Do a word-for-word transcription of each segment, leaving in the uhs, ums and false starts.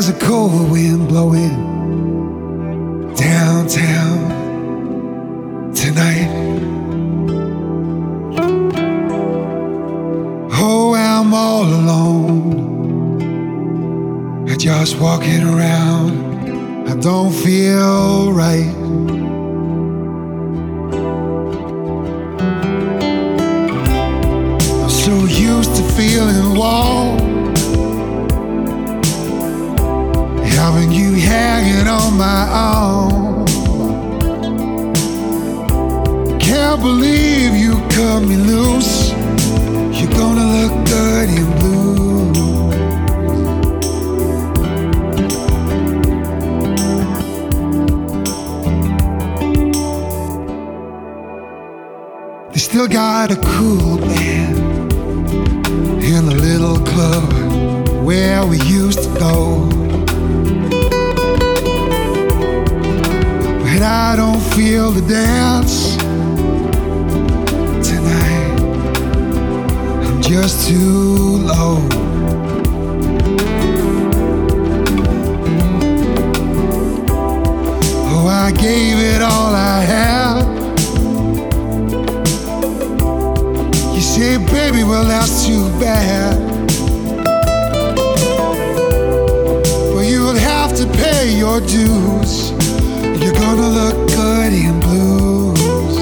There's a cold wind blowing downtown tonight. Oh, I'm all alone, just walking around. I don't feel right. I'm so used to feeling warm, having you hanging on my arm. Can't believe you cut me loose. You're gonna look good in blue. They still got a cool band in a little club where we used to go. But I don't feel the dance tonight. I'm just too low. Oh, I gave it all I had. You say, baby, well, that's too bad. Well, you'll have to pay your dues. You're gonna look good in blues.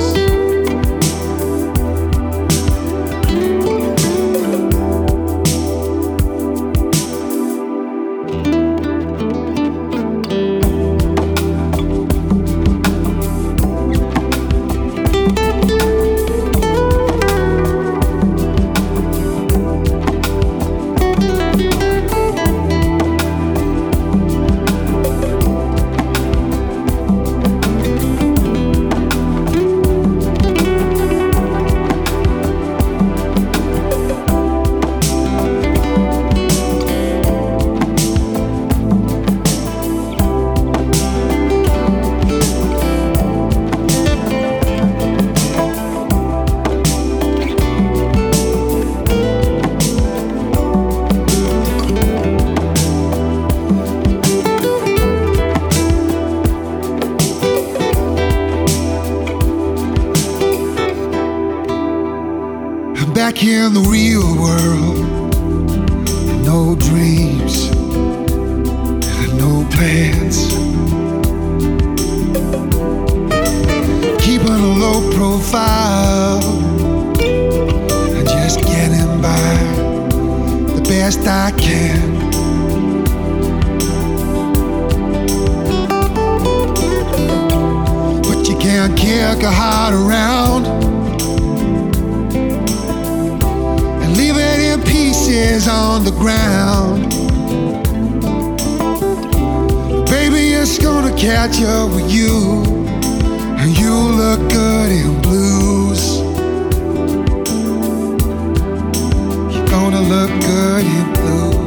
Back in the real world, no dreams and no plans. Keeping a low profile and just getting by the best I can. But you can't kick a heart around, leave it in pieces on the ground. Baby, it's gonna catch up with you, and you look good in blues. You're gonna look good in blues.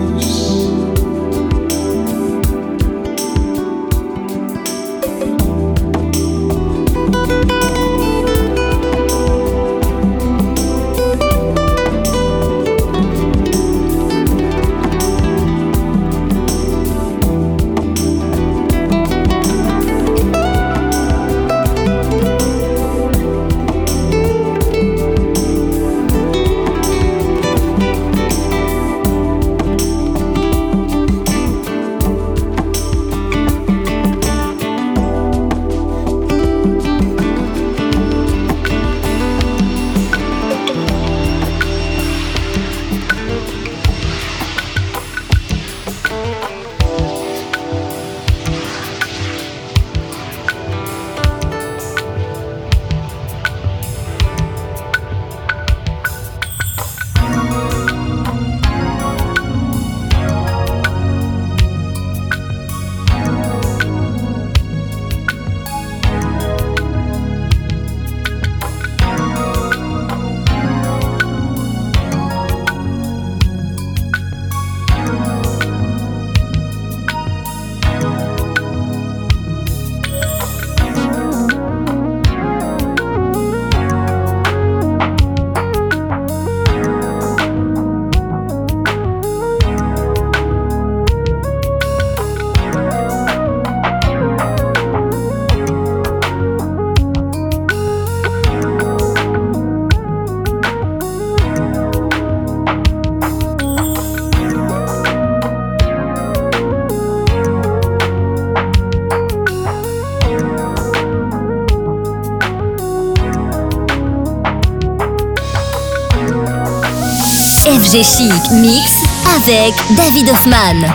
F G Chic Mix avec David Hoffman.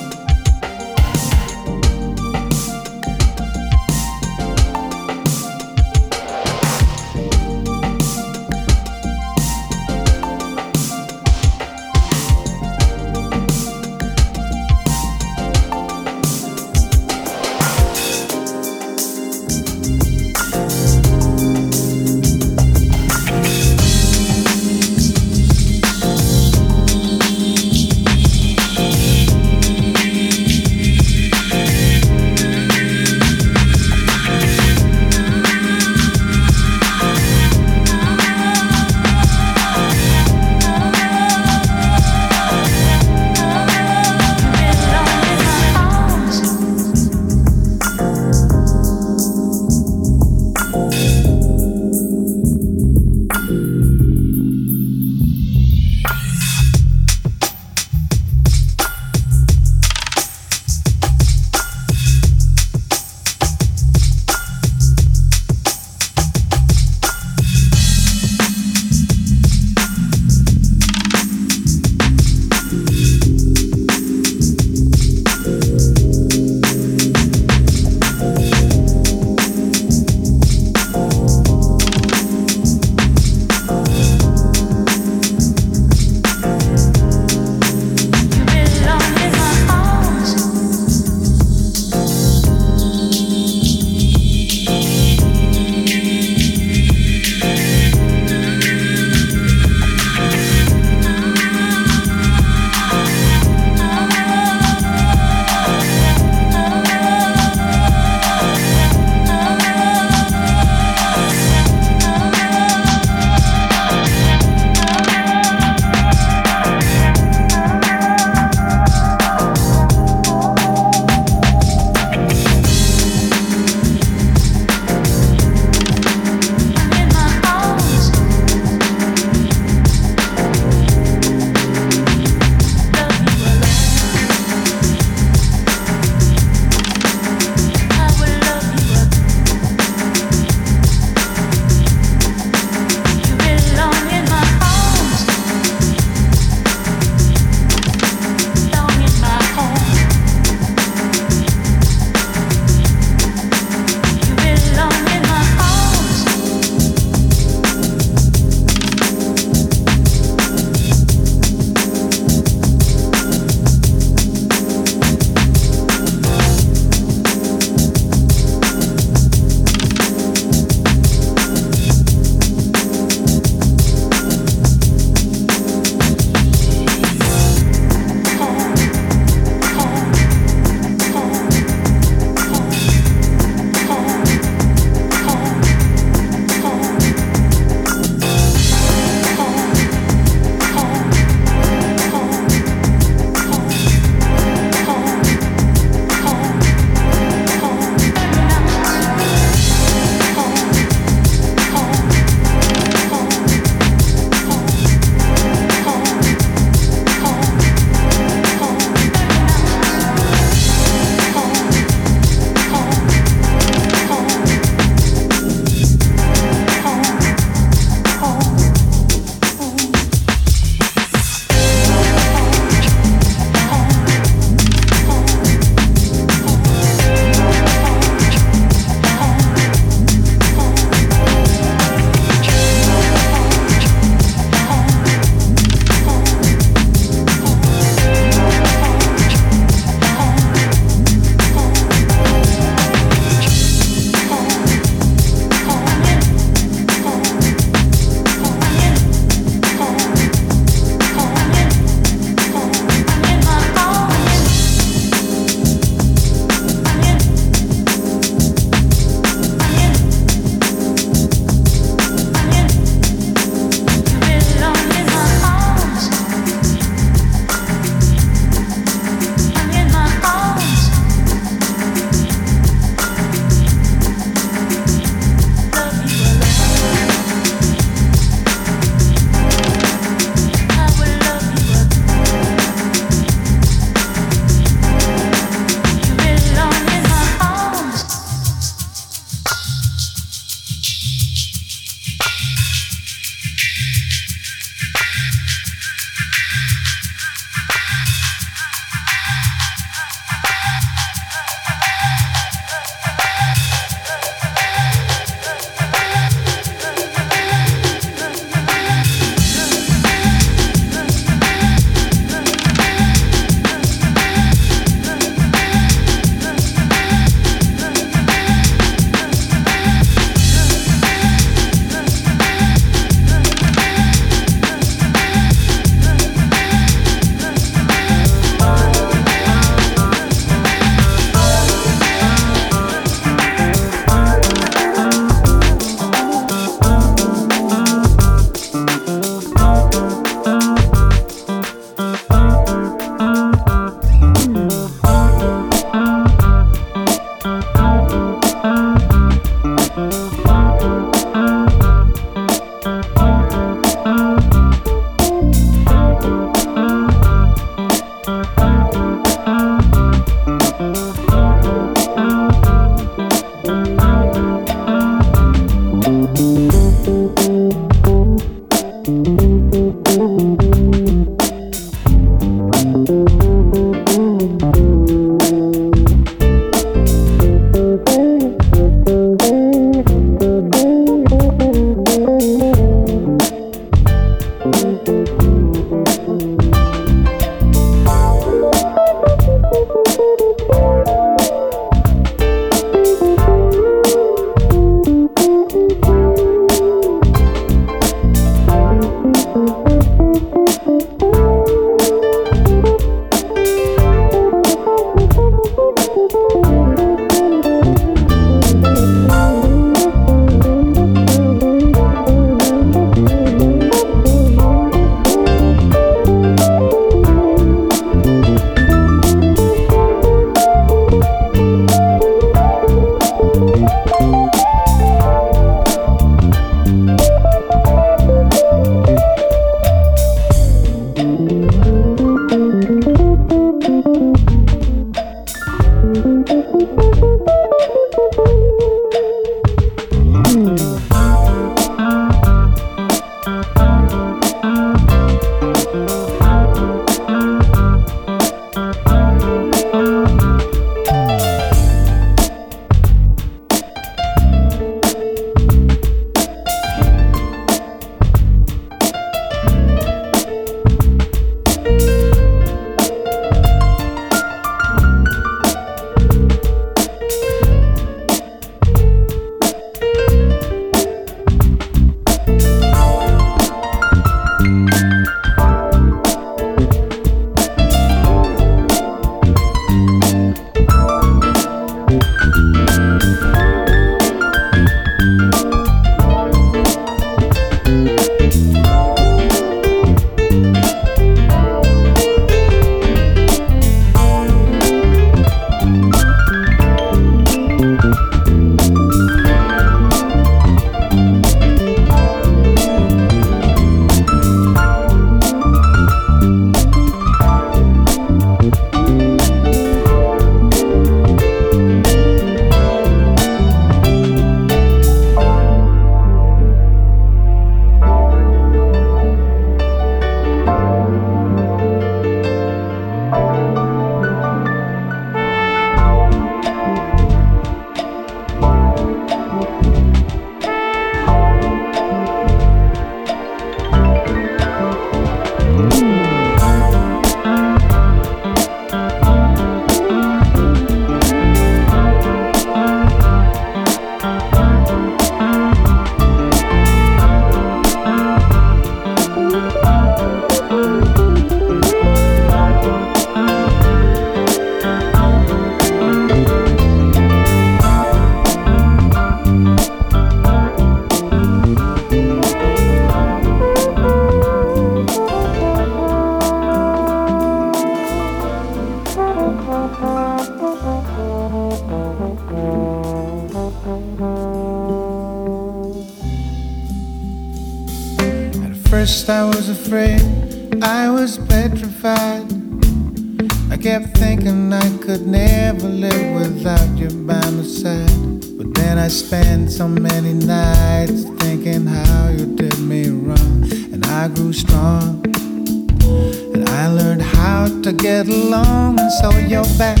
first I was afraid, I was petrified. I kept thinking I could never live without you by my side. But then I spent so many nights thinking how you did me wrong. And I grew strong, and I learned how to get along. And so you're back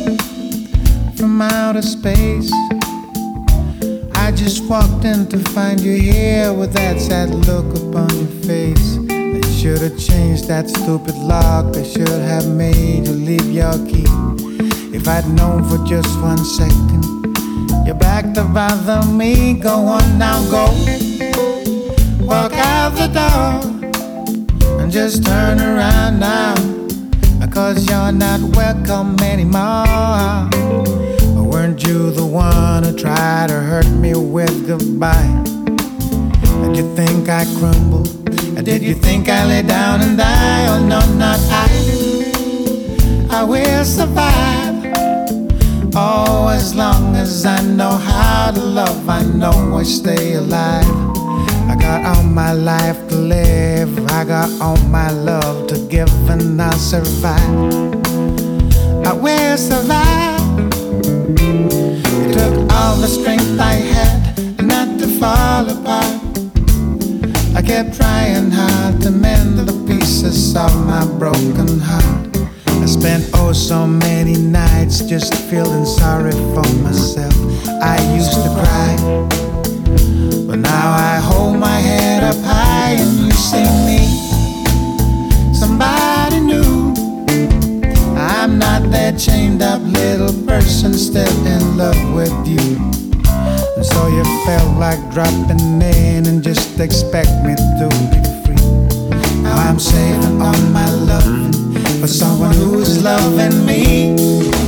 from outer space. I just walked in to find you here with that sad look upon your face. I should have changed that stupid lock. I should have made you leave your key. If I'd known for just one second you're back to bother me. Go on now, go. Walk out the door and just turn around now, cause you're not welcome anymore. Weren't you the one who tried to hurt me with goodbye? Did you think I crumbled? Or did you think I lay down and die? Oh no, not I. I will survive. Oh, as long as I know how to love, I know I stay alive. I got all my life to live, I got all my love to give, and I'll survive. I will survive. It took all the strength I had not to fall apart. I kept trying hard to mend the pieces of my broken heart. I spent oh so many nights just feeling sorry for myself. I used to cry, but now I hold my head up high and you see me, somebody new. I'm not that chained up little person still in love with you. And so you felt like dropping in and just expect me to be free. Now I'm saving all my love for someone who's loving me.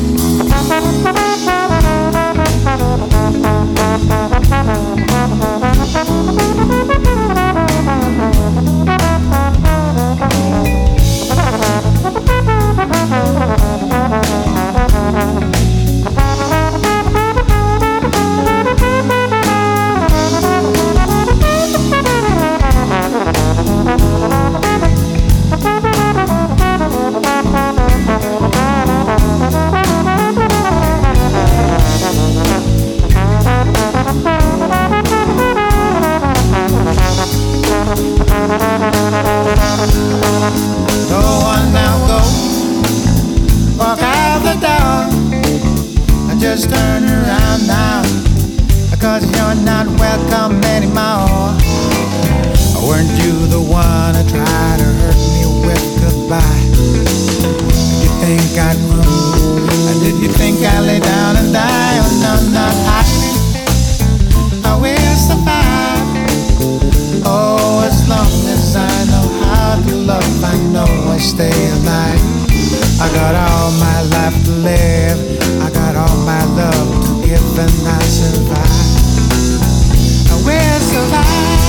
Just turn around now, cause you're not welcome anymore. Weren't you the one who tried to hurt me with goodbye? Did you think I'd run? Or did you think I'd lay down and die? Oh no, not I. I will survive. Oh, as long as I know how to love, I know I stay alive. I got all my life to live, I got all my love to give, and I survive. I will survive.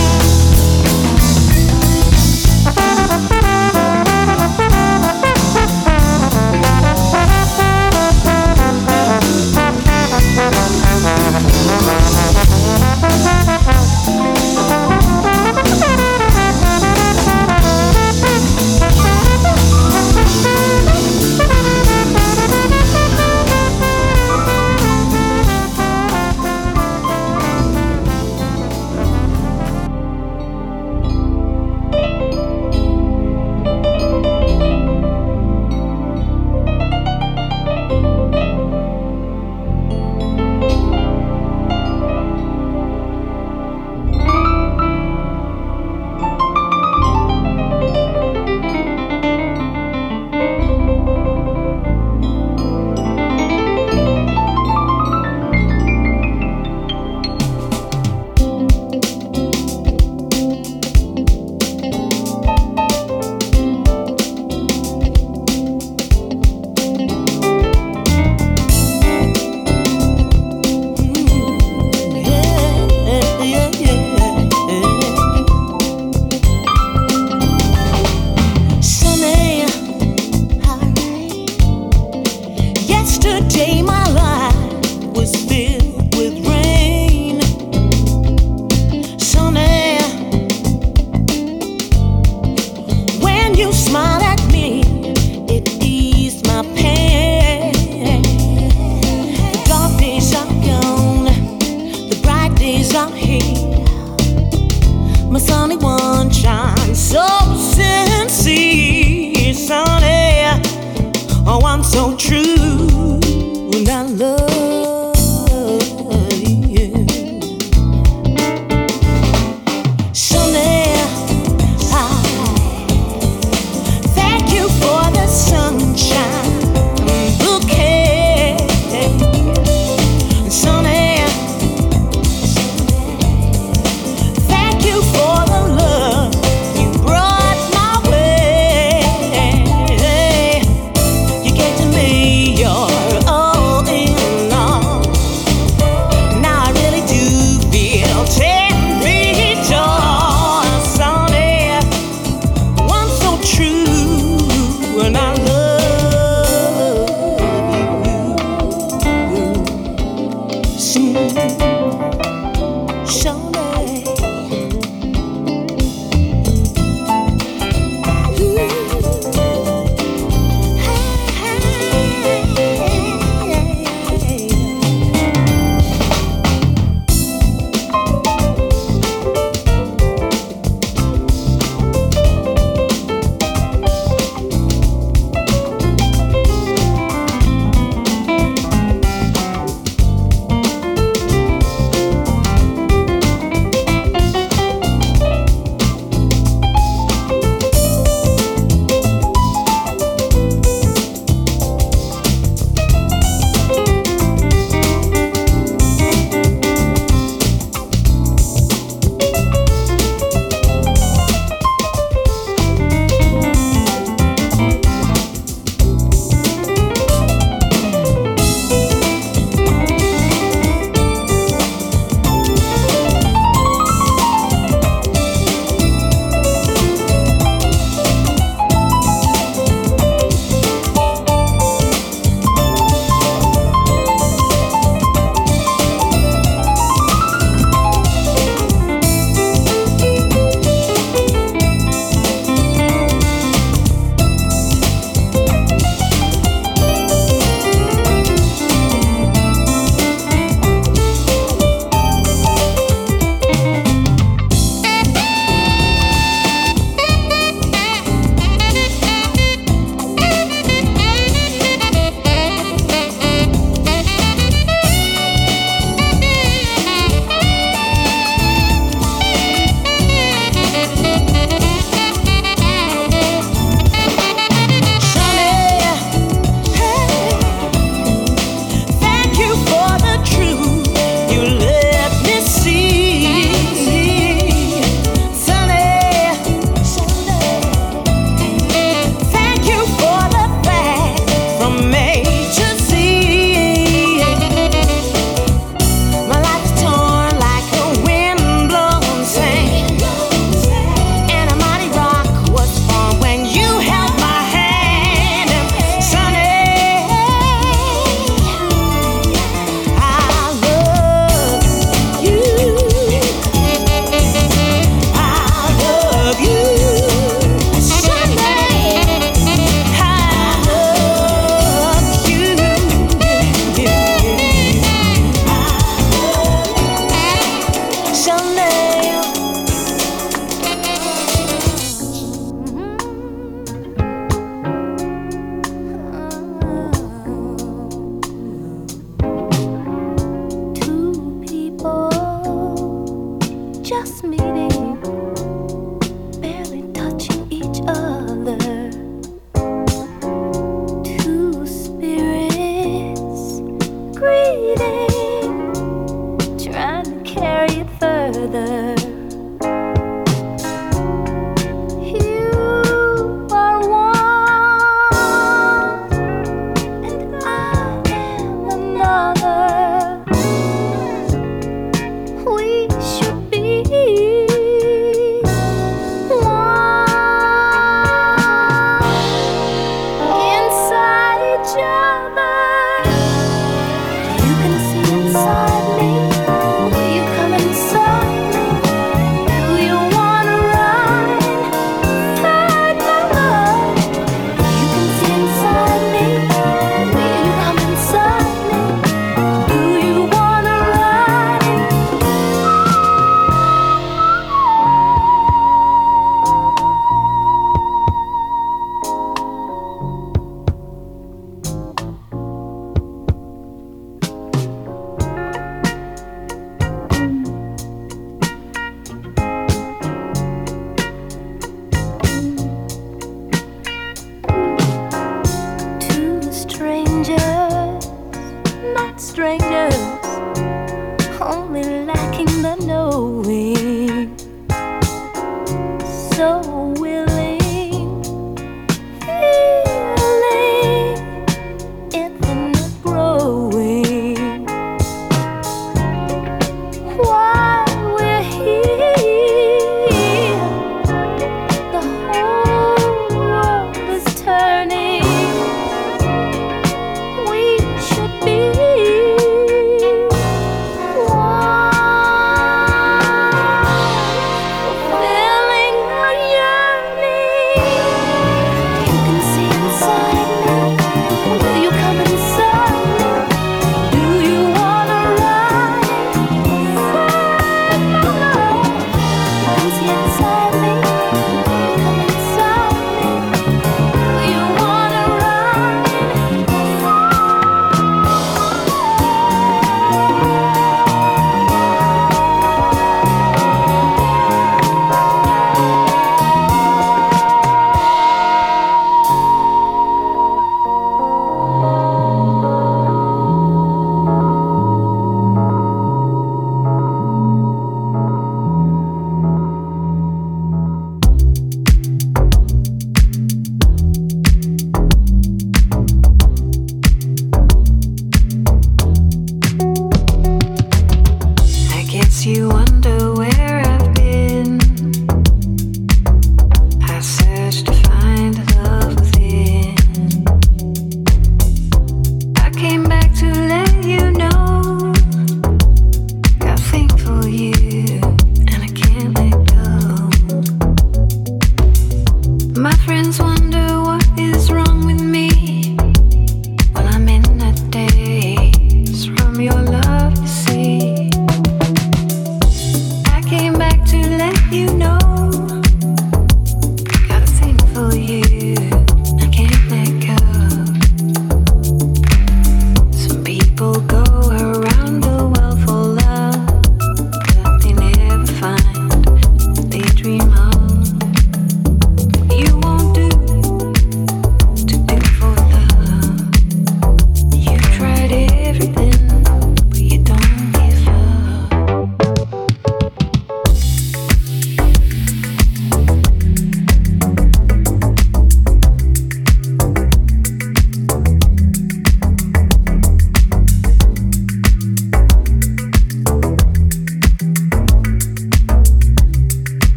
only one shines so sincere, sunny. Oh, I'm so true, and I love you. Sunny, I thank you for the sunshine bouquet. Sunny, thank you for the love you brought my way. You gave to me your all in all. Now I really do feel every joy. Sunny, one so true, and I love you. Soon, Sunny.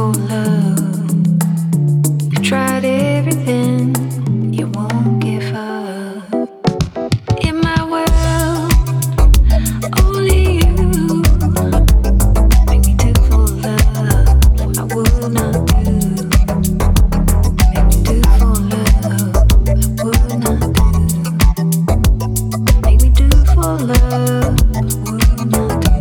for love. You tried everything, you won't give up. In my world, only you make me do for love what I would not do. Make me do for love what I would not do. Make me do for love what I would not do.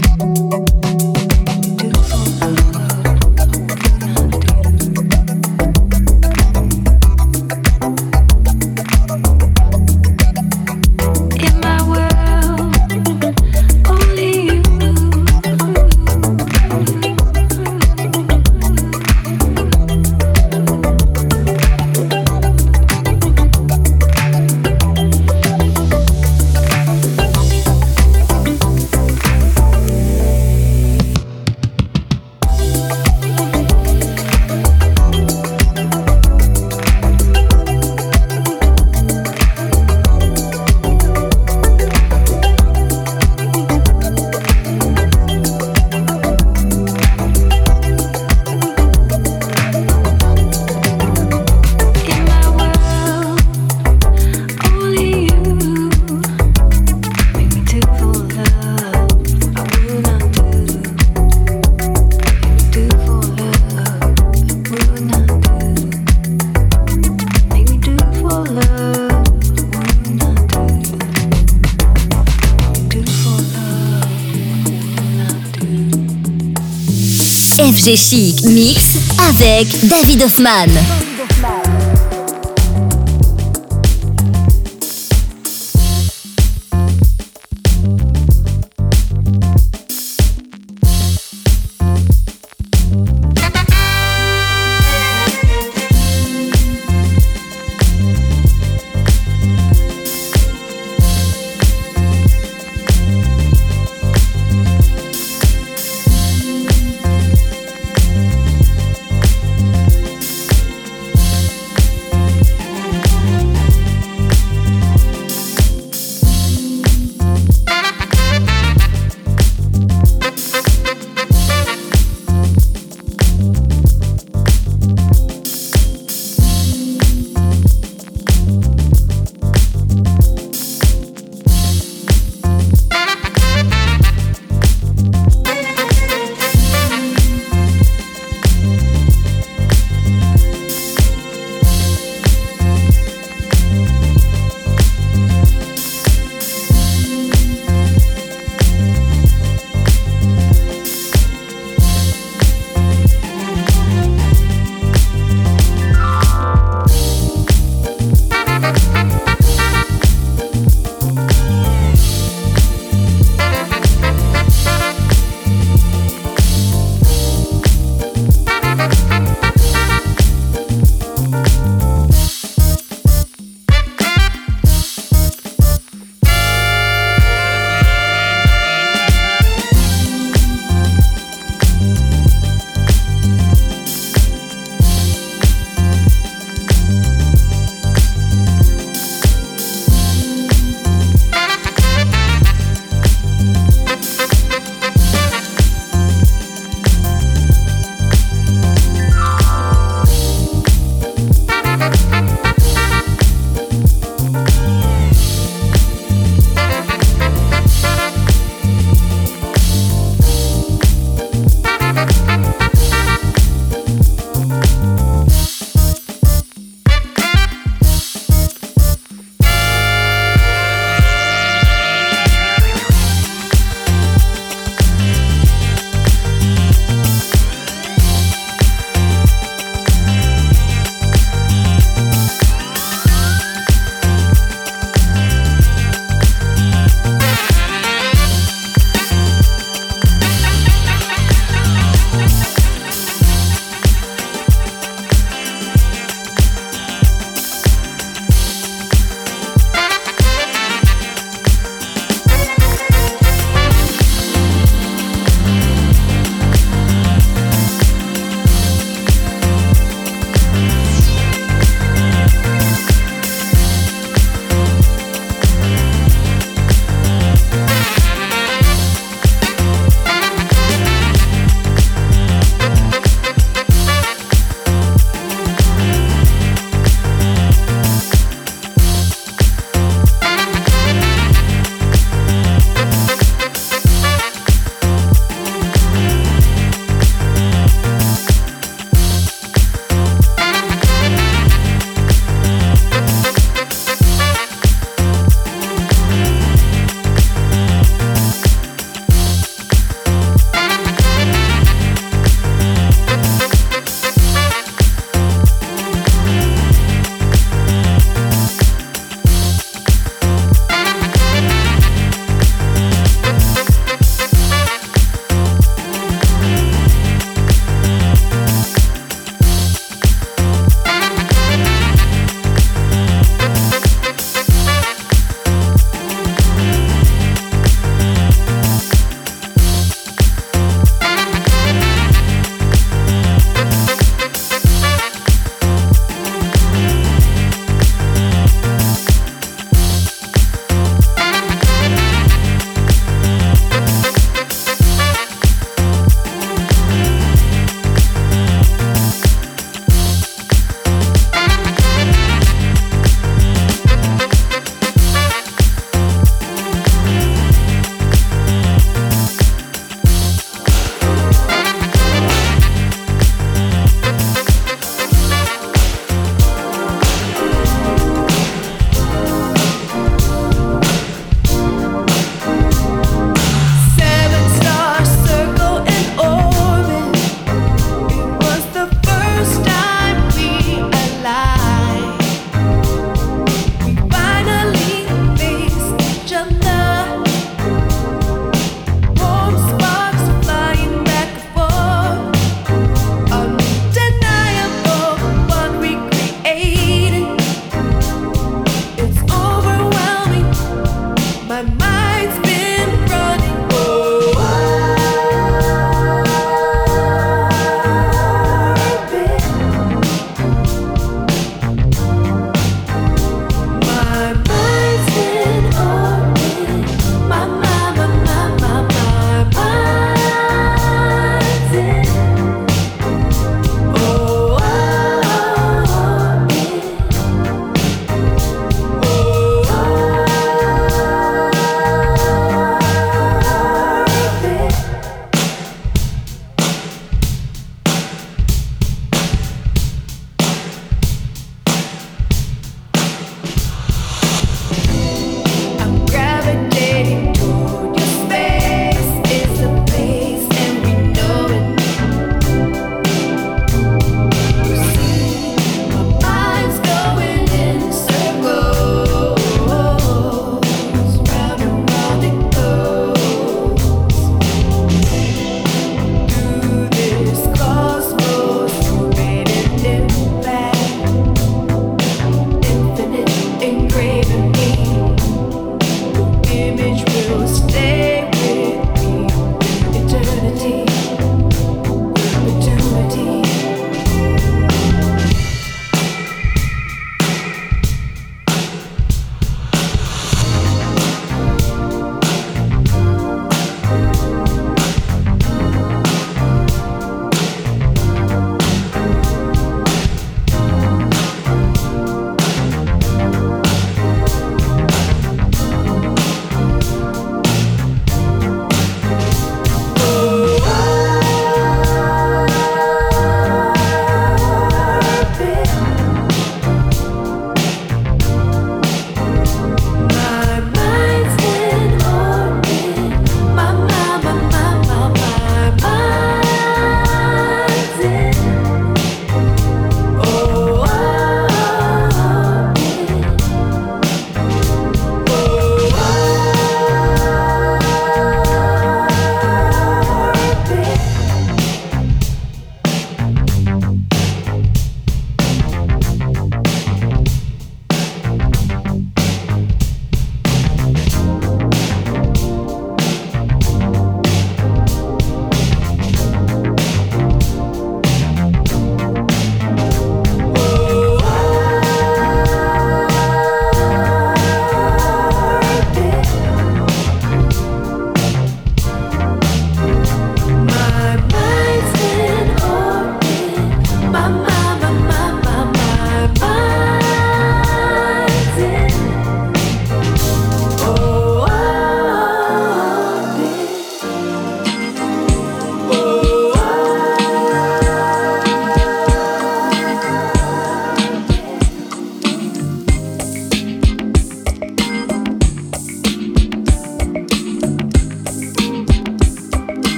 F G Chic Mix avec David Hoffman.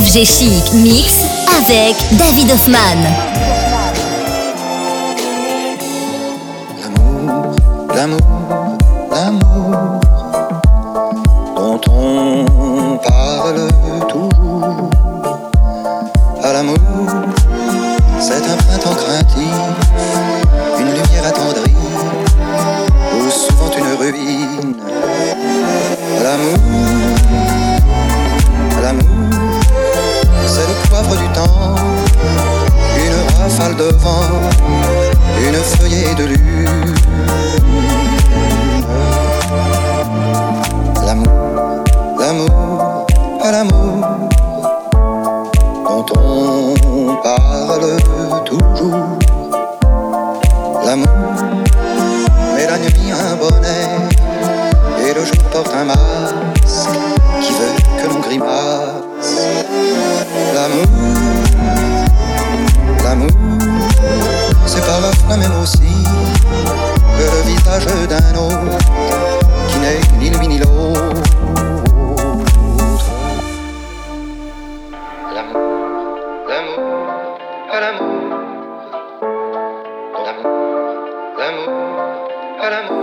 F G Chic Mix avec David Hoffman. L'amour, l'amour, l'amour dont on parle toujours. À l'amour, c'est un printemps craintif, une lumière attendrie, ou souvent une ruine. À l'amour, à l'amour, c'est le poivre du temps, une rafale de vent, une feuillée de lune. L'amour, l'amour, à l'amour dont on parle toujours. L'amour met la nuit un bonnet et le jour porte un masque qui veut que l'on grimace. L'amour, l'amour, c'est parfois même aussi que le visage d'un autre qui n'est ni lui ni l'autre. L'amour, l'amour, à l'amour, l'amour, l'amour, à l'amour.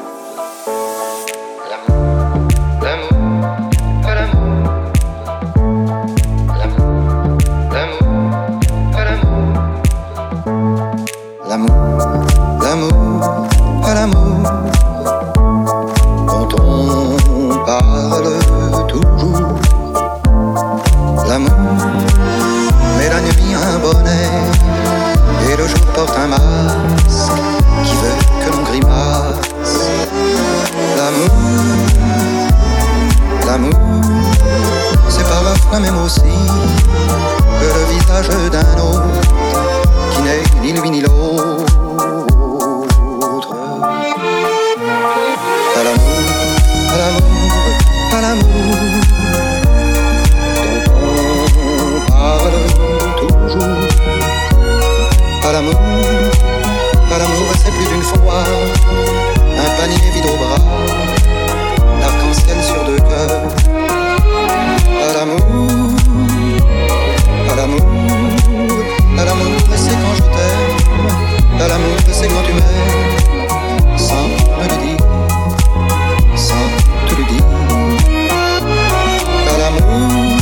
L'amour, à l'amour, dont on parle toujours. L'amour met la nuit un bonnet et le jour porte un masque qui veut que l'on grimace. L'amour, l'amour, c'est parfois même aussi que le visage d'un autre qui n'est ni lui ni l'autre. À l'amour, à l'amour, à l'amour dont on parle toujours. À l'amour, à l'amour, c'est plus d'une fois un panier vide au bras, d'arc-en-ciel sur deux cœurs. À l'amour, à l'amour, à l'amour, c'est quand je t'aime. À l'amour, c'est quand tu m'aimes, sans me le dire, sans te le dire. À l'amour,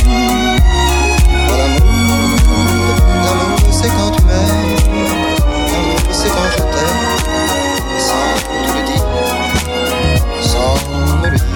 à l'amour, l'amour, c'est quand tu m'aimes. L'amour, c'est quand je t'aime, sans te le dire, sans me le dire.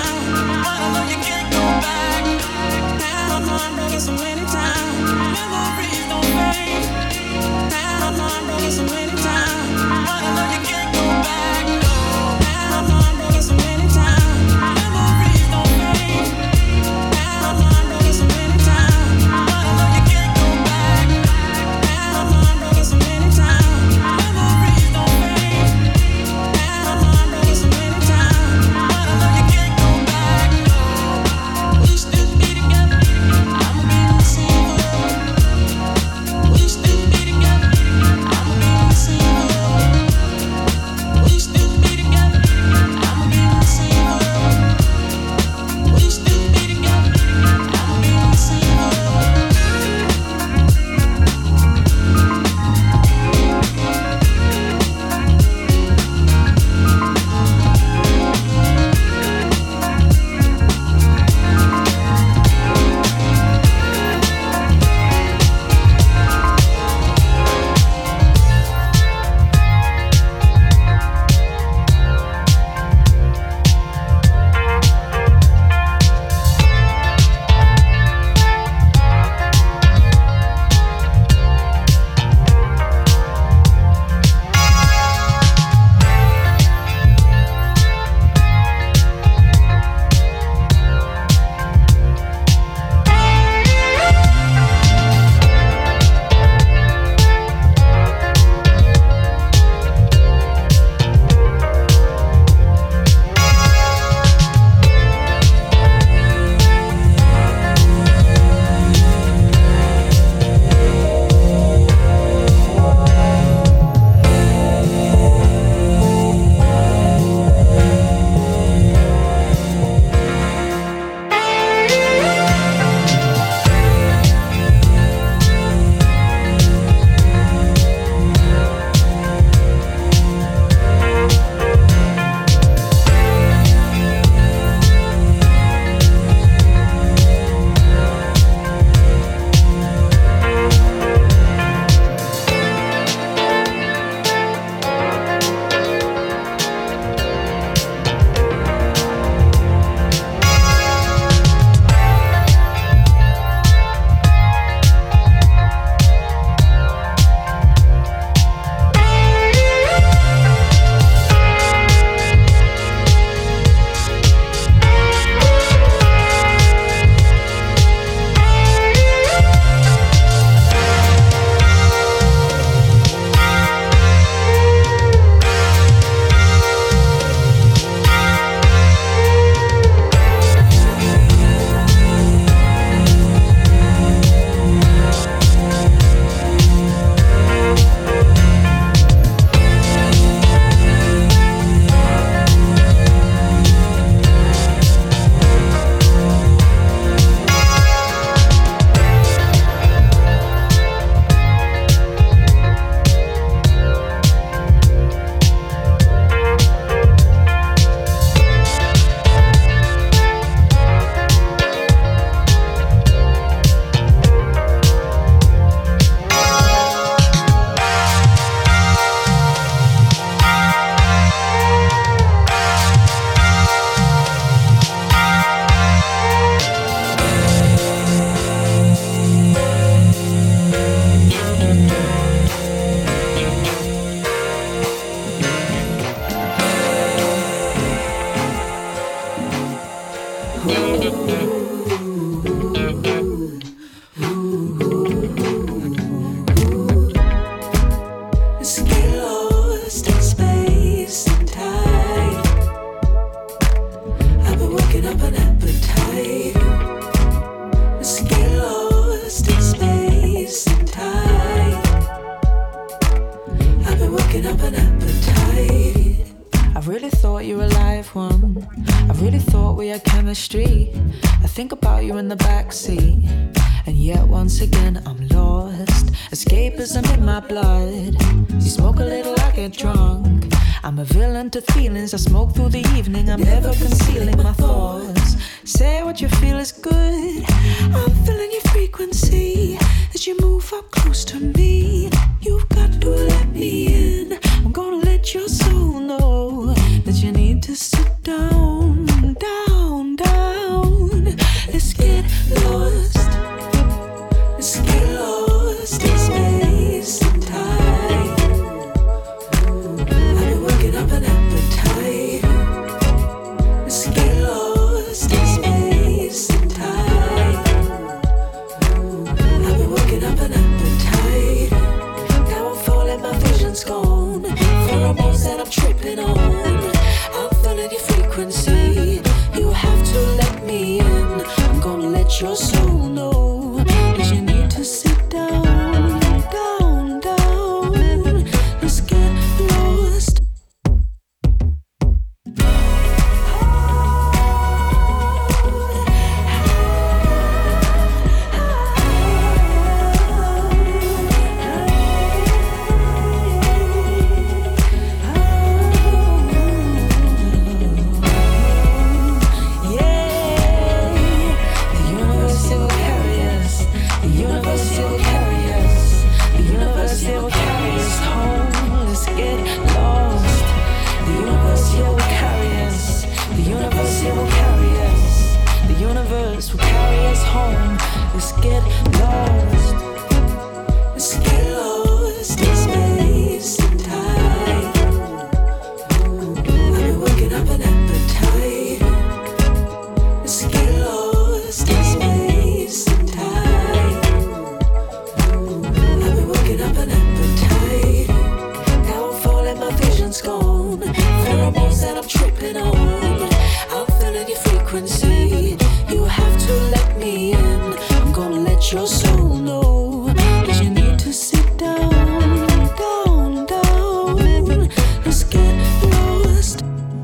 So many times up an appetite. I really thought you were a live one. I really thought we had chemistry. I think about you in the backseat, and yet once again I'm lost. Escapism in my blood. You smoke a little, I get drunk. I'm a villain to feelings. I smoke through the evening. I'm never concealing my thoughts. Say what you feel is good. I'm feeling your frequency as you move up close to me. You've got to let me in. I'm gonna let your soul know that you need to sit down, down, down. Let's get lost. Let's get lost in space and time. I've been working up an appetite. Let's get lost in space and time. I've been working up an appetite. Now I'm falling, my vision's gone. Pheromones that I'm tripping on. I'm feeling your frequency. You have to let me in. I'm gonna let your soul know that you need to sit down, down, down. Let's get lost. Let's get lost. Let's get lost in space and time. I've been working up an appetite. Let's get lost in space and time. I've been working up an appetite. Now I'm falling, my vision's gone. Pheromones that I'm tripping on. I'm feeling your frequency. You have to let me in. I'm gonna let your soul know that you need to sit down, down, down. Let's get lost.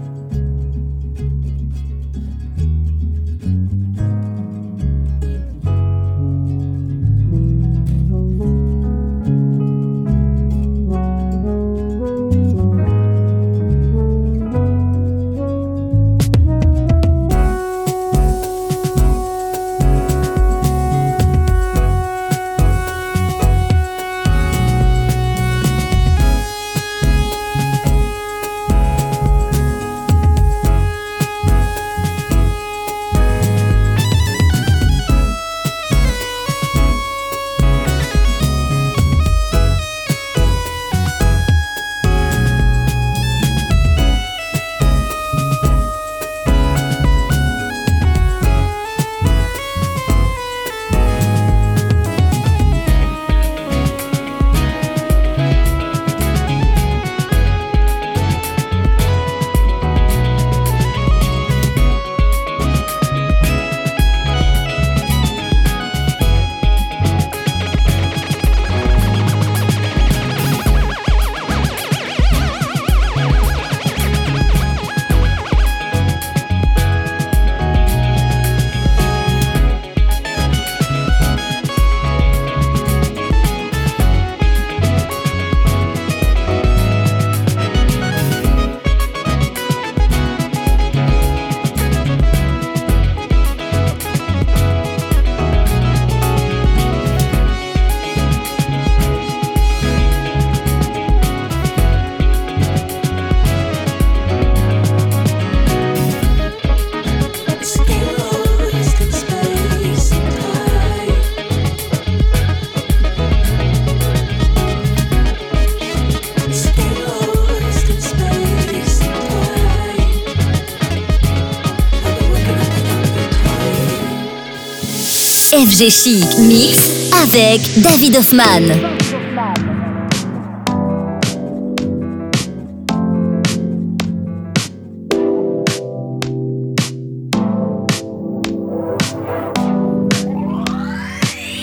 F G Chic Mix avec David Hoffman.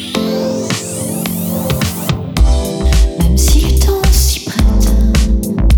Même si les temps s'y prêtent,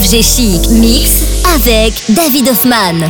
F G Chic Mix avec David Hoffman.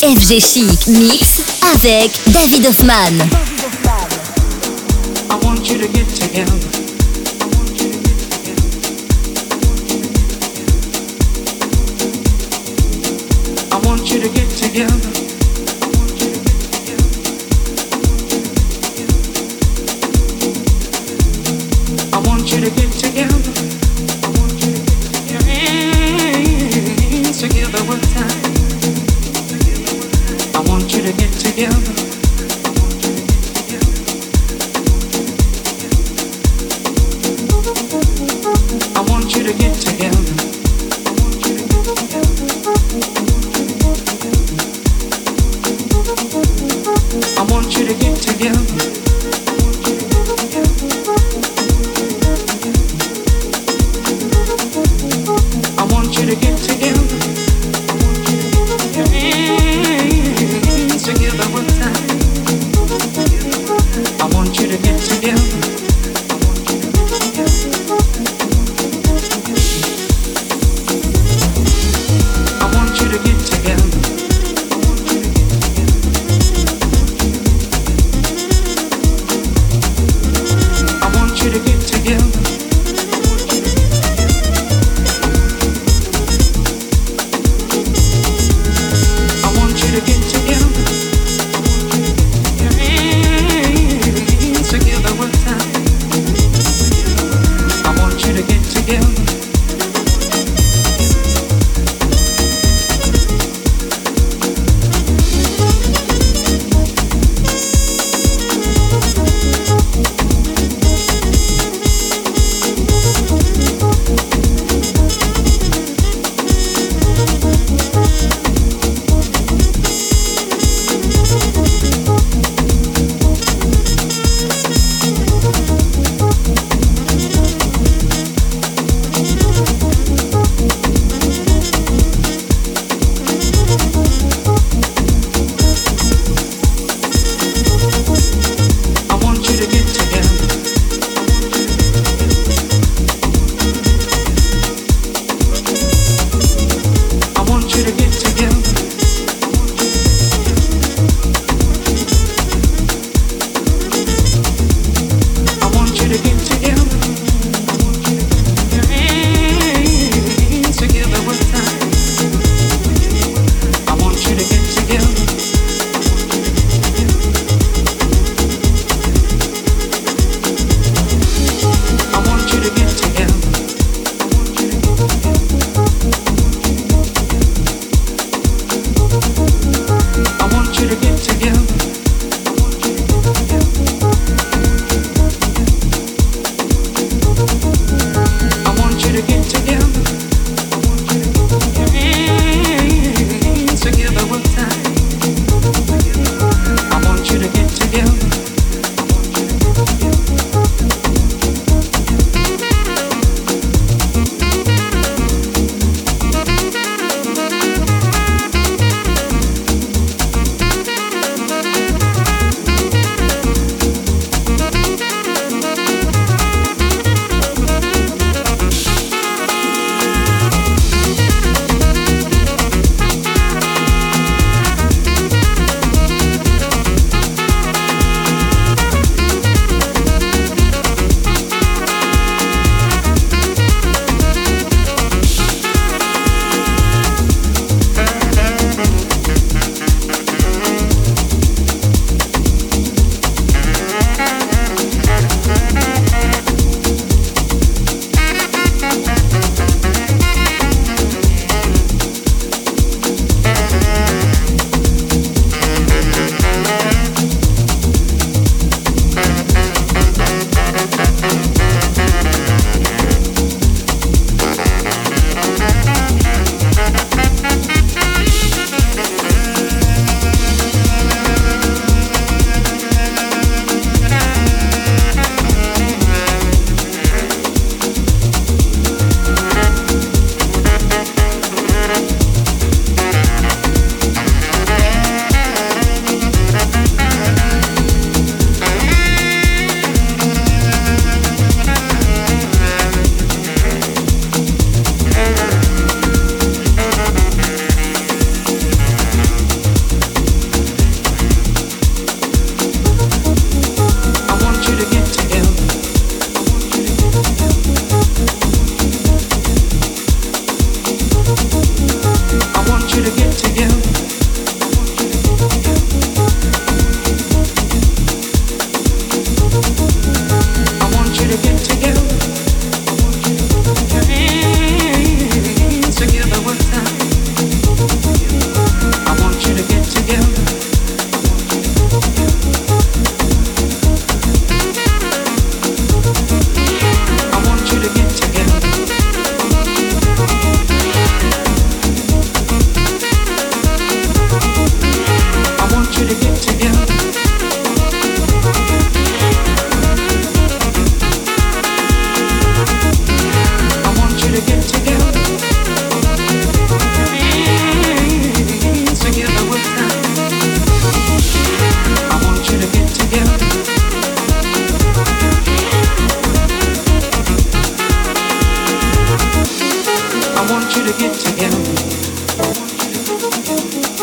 F G Chic Mix avec David Hoffman. I want you to get together. I want you to get together. I want you to get together. Your hands together one time. I want you to get together. I want you to get together. I want you to get together.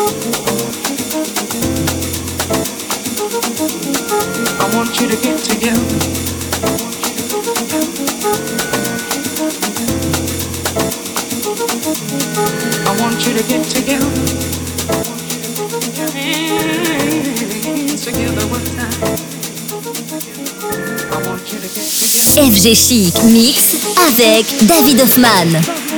I want you to get together. I want you to get together. Together one time. I want you to get together. F G Chic Mix avec David Hoffman.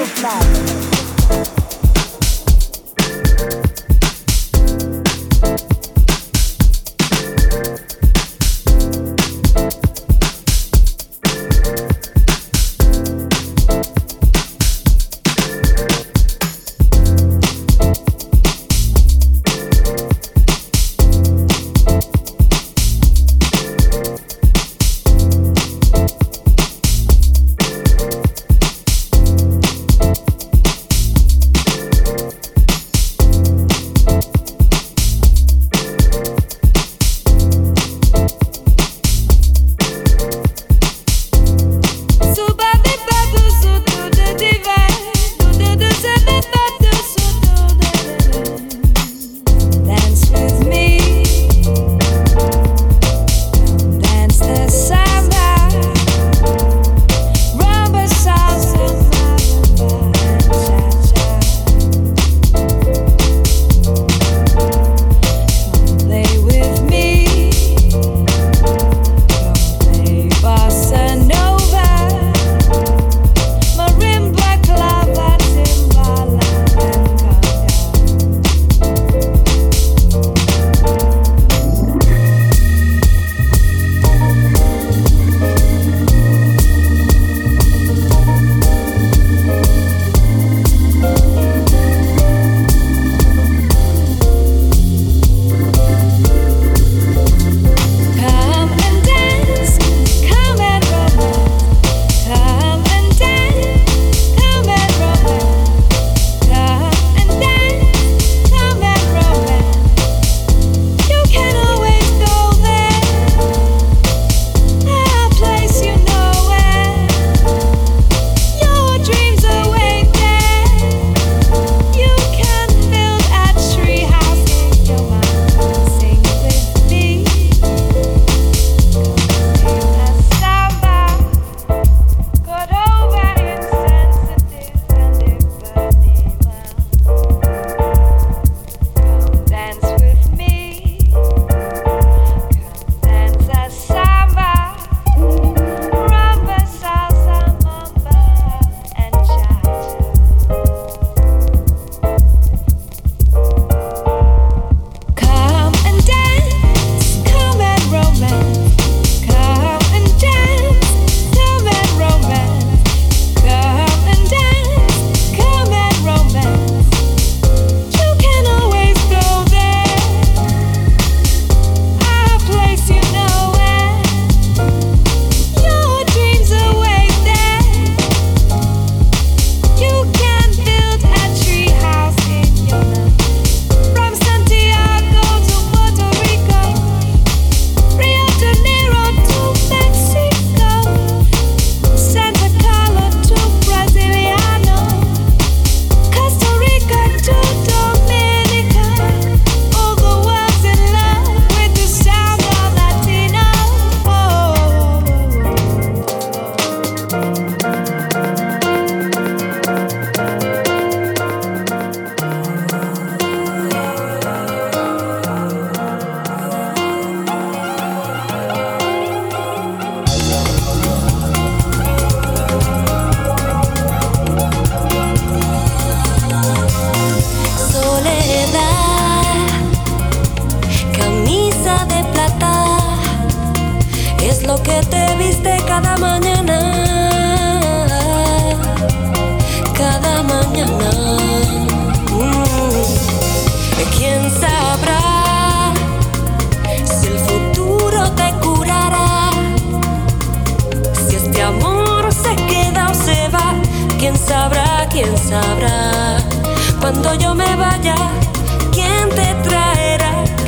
Cuando yo me vaya, ¿quién te traerá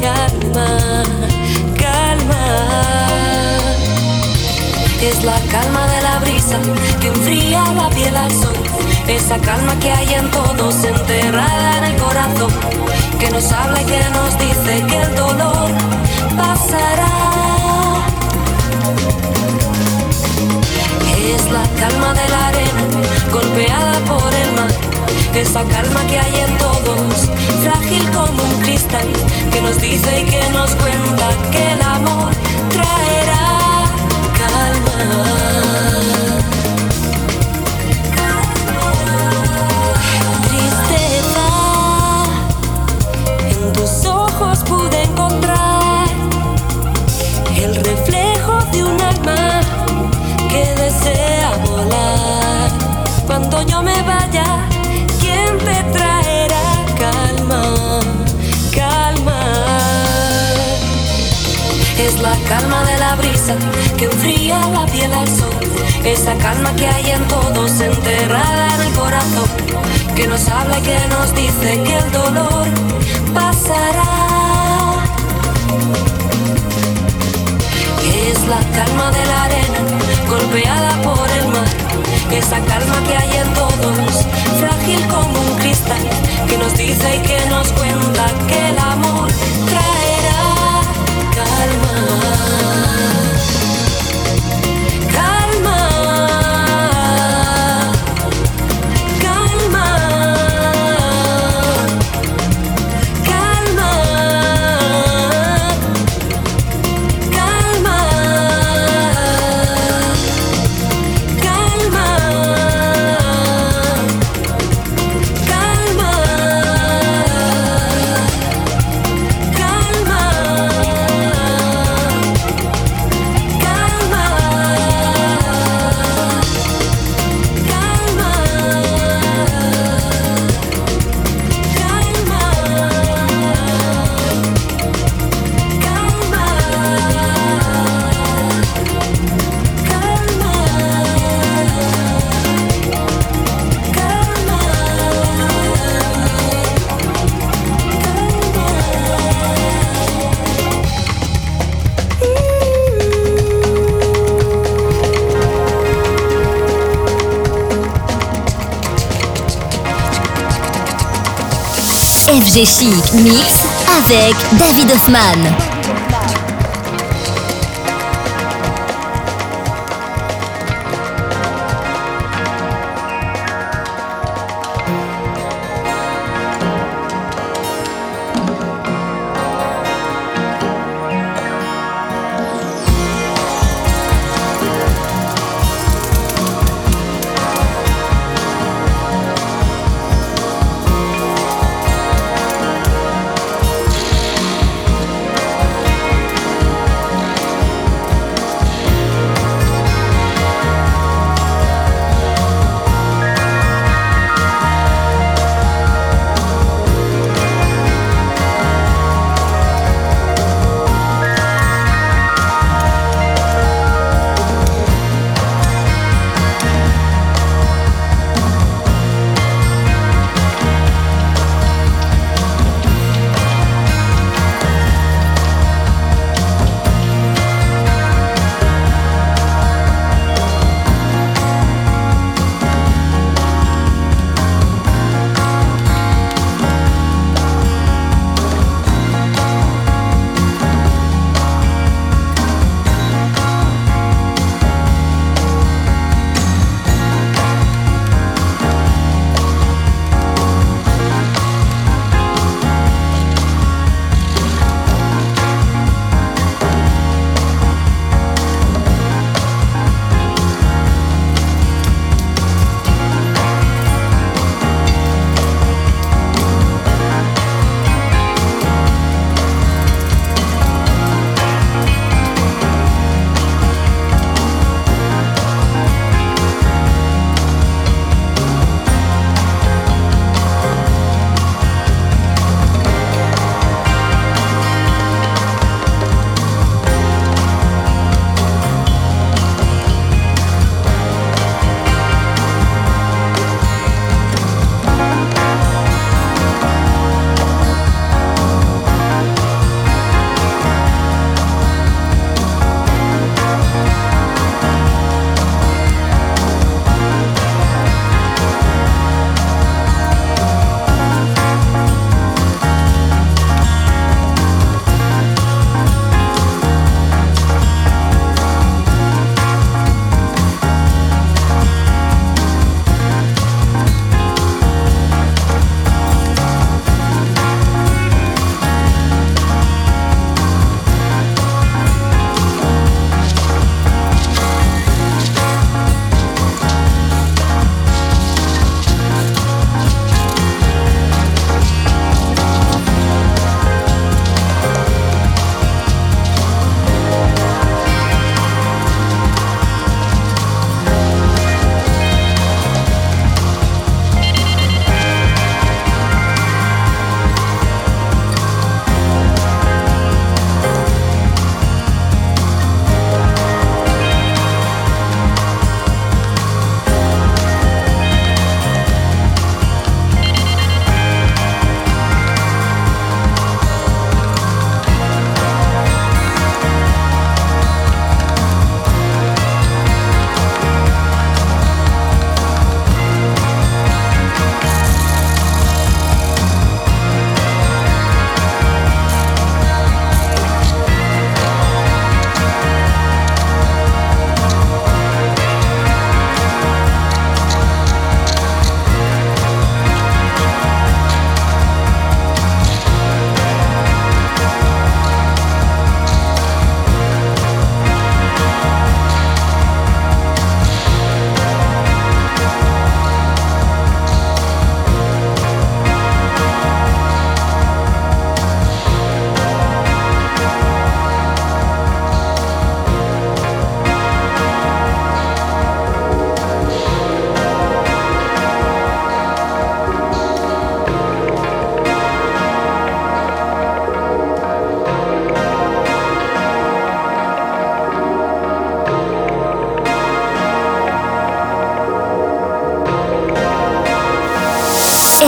calma? Calma. Es la calma de la brisa que enfría la piel al sol. Esa calma que hay en todos, enterrada en el corazón, que que nos habla y que nos dice que el dolor pasará. Es la calma de la arena golpeada por el mar, esa calma que hay en todos, frágil como un cristal, que nos dice y que nos cuenta que el amor traerá calma. Tristeza, en tus ojos pude encontrar el reflejo de un alma que desea volar. Cuando yo me vaya, ¿quién te traerá calma? Calma. Es la calma de la brisa que enfría la piel al sol, esa calma que hay en todos, enterrada en el corazón, que nos habla y que nos dice que el dolor pasará. Es la calma de la arena golpeada por el mar, esa calma que hay en todos, frágil como un cristal, que nos dice y que nos cuenta que el amor traerá calma. Calma, calma, calma, calma. F G Chic Mix avec David Hoffman.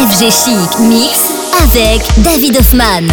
F G Chic Mix avec David Hoffman.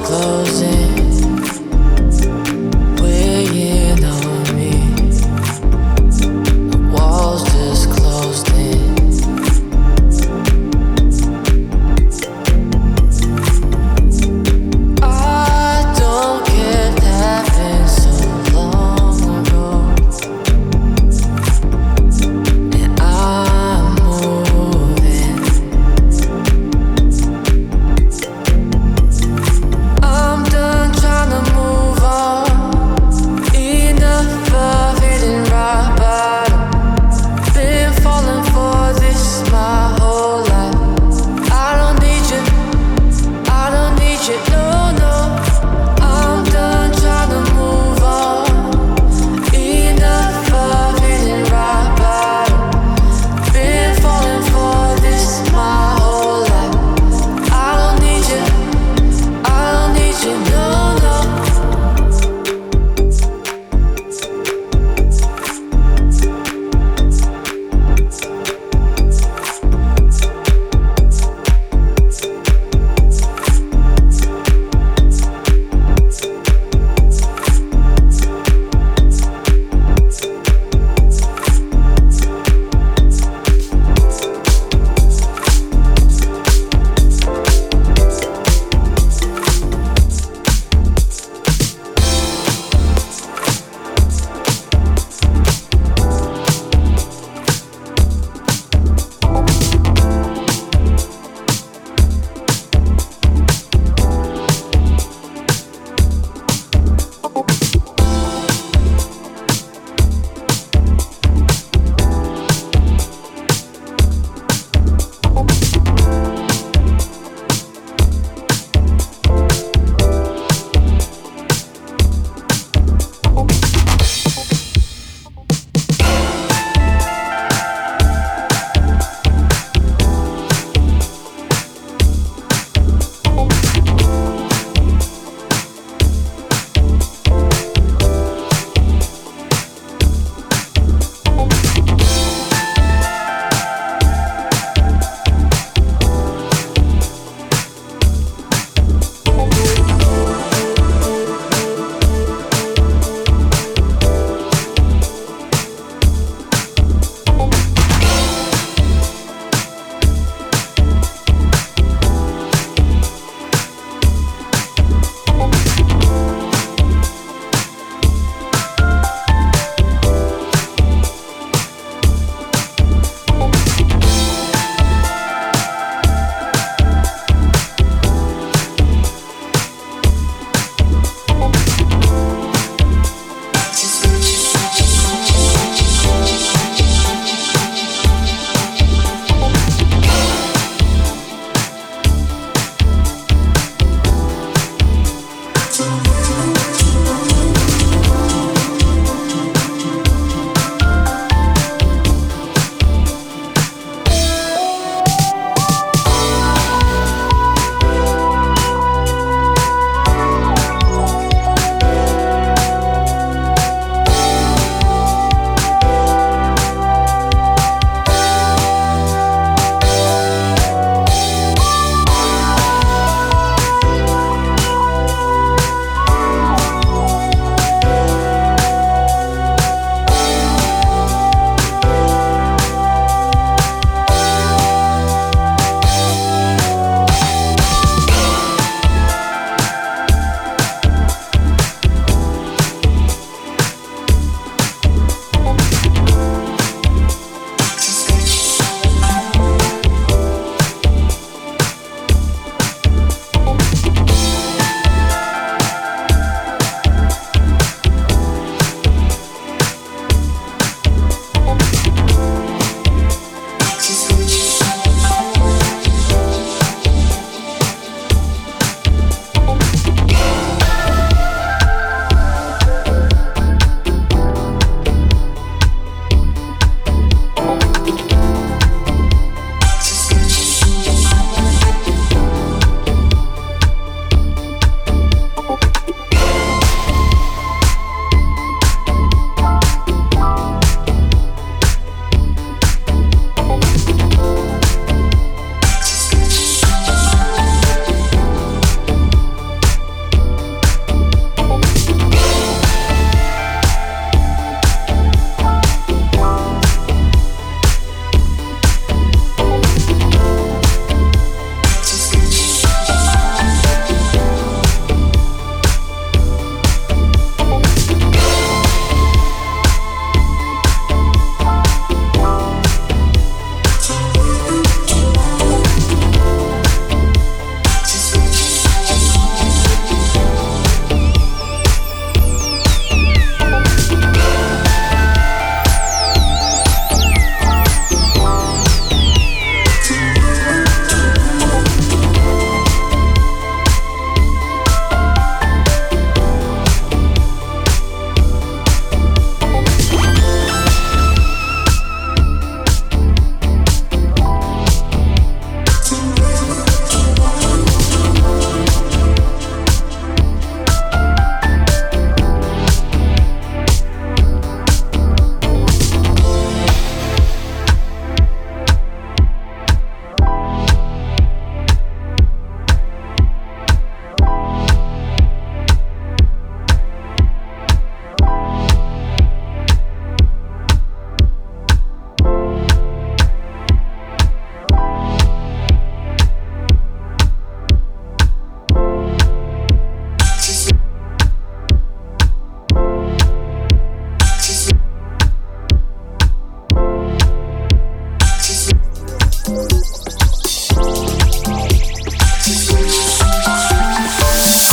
I'm done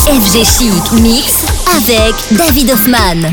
F G Chic Mix avec David Hoffman.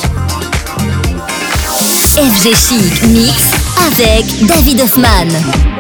F G Chic Mix avec David Hoffman.